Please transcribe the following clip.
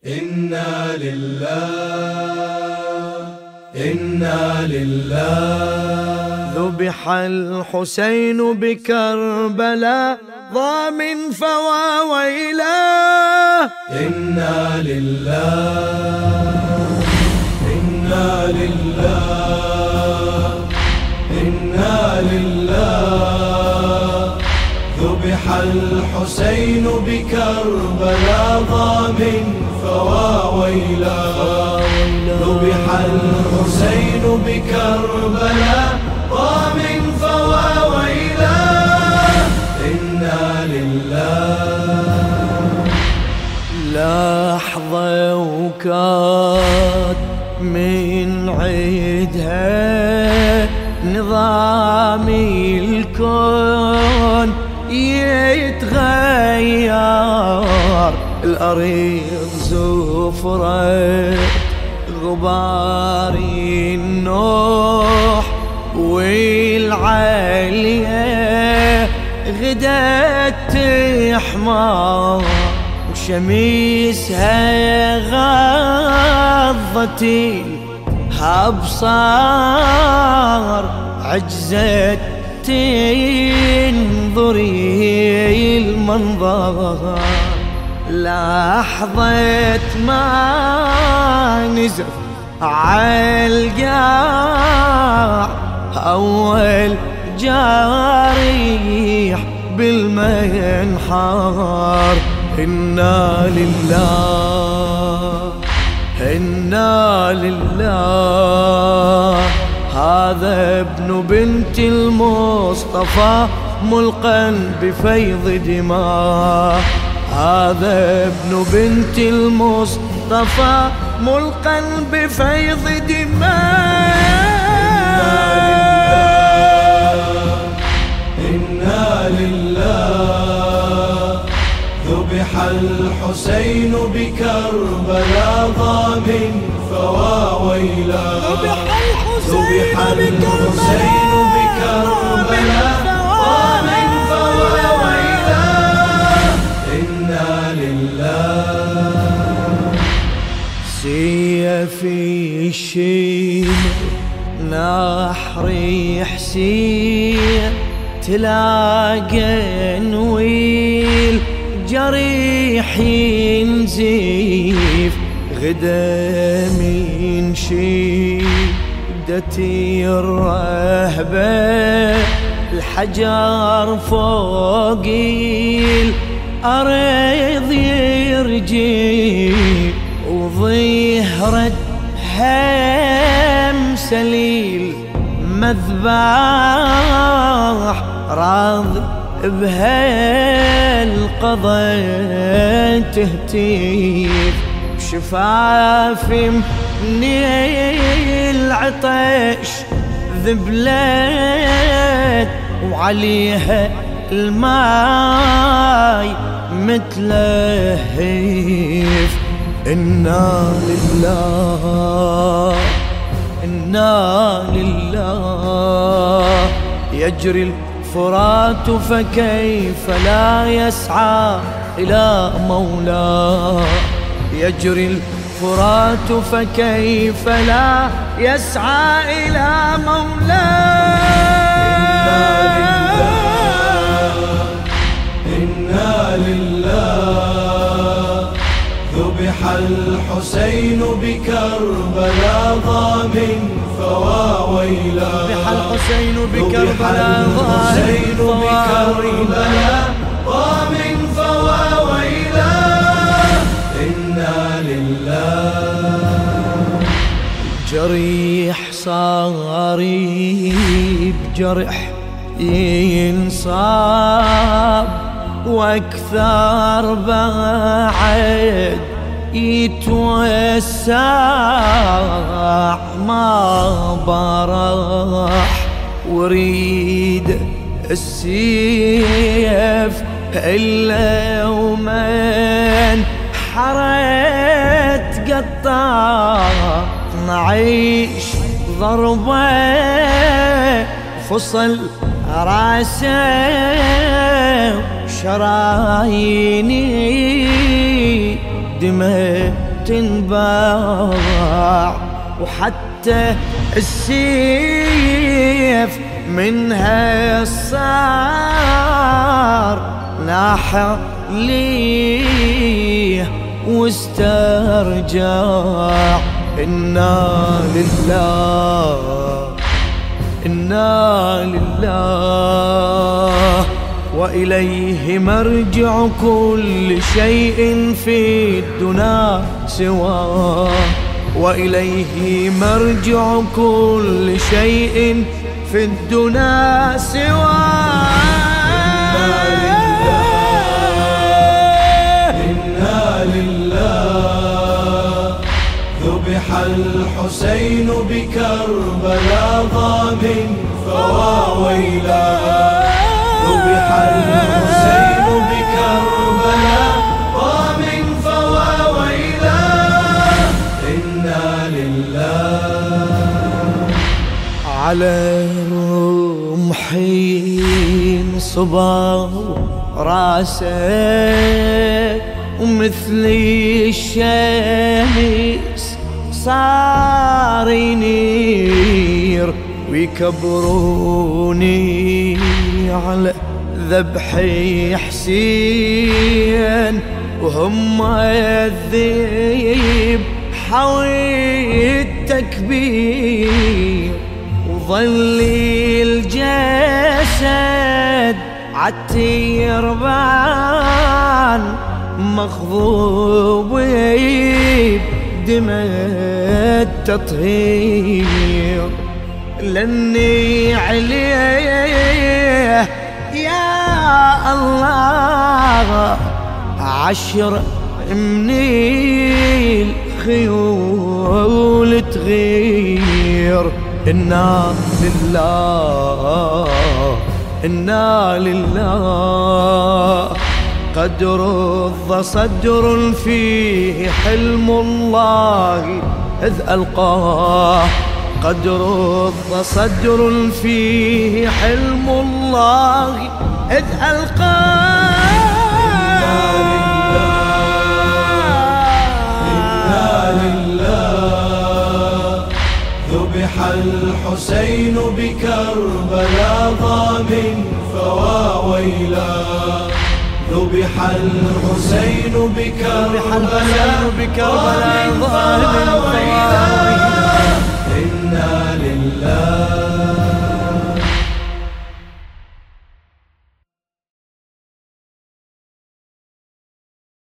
إنا لله ذبح الحسين بكربلاء ضامن فواويله. إنا لله إنا لله إنا لله ذبح الحسين بكربلاء ضامن فواويله. ذبح الحسين بكربلاء ضامن فواويله. إنا لله. لحظة وكاد من عيدها نظام الكون يتغير. الأرض زفرة غبار النوح والعالية غدت تحمر وشميسها غضت الأبصار. عجزت تنظري المنظر. لحظة ما نزف عالقاع أول جاريح بالمنحار. إنا لله إنا لله. هذا ابن بنت المصطفى ملقا بفيض دماء. هذا ابن بنت المصطفى ملقا بفيض دماء. إنا لله ذبح الحسين بكربلاء ضامن فواويله. ذبح الحسين بكربلاء ضامن فواويله. إنا لله. سيفي الشيم نحري حسين تلاقى نويل جريح ينزيف. غدا من شدتي الرهبة الحجر فوقي الأرض يرجي. وظهرت هم سليل مذبح راض بهالقضاء تهتيف. شفافي من العطش ذبلت وعليها الماي متلهف. إنا لله إنا لله. يجري الفرات فكيف لا يسعى إلى مولاه. يجري الفرات فكيف لا يسعى إلى مولاه. إنا لله ذبح الحسين بكربلاء ضامن فواويله. ذبح الحسين بكربلاء ضامن فواويله. إنا لله. جريح صاري بجرح ينصاب واكثر بعد يتوسع. ما برح وريد السيف إلا ومن حرت قطع. نعيش ضربة فصل راسه شراييني دمى تنباع، وحتى السيف منها صار ناح ليه واسترجع. إنا لله إنا لله وإليه مرجع كل شيء في الدنا سواه، وإليه مرجع كل شيء في الدنا سواه. إنا لله ذبح الحسين بكربلاء ضامن فواويلا، ذبح الحسين بكربلاء ضامن فواويلا. إنا لله على رمحي صبا راسه ومثل الشمس صار ينير، ويكبروني على ذبح حسين وهم الذيب حوي التكبير، وظل الجسد عالتيربان مخضوب بدمى التطهير. لني عليه يا الله 10 من الخيول تغير. إنا لله إنا لله قدر صدر فيه حلم الله إذ ألقاه، قدر صدر فيه حلم الله إذ ألقاه. إنا لله ذبح الحسين بكربلاء ضامن فواويلا، ذبح الحسين بكربلاء ضامن فواويلا.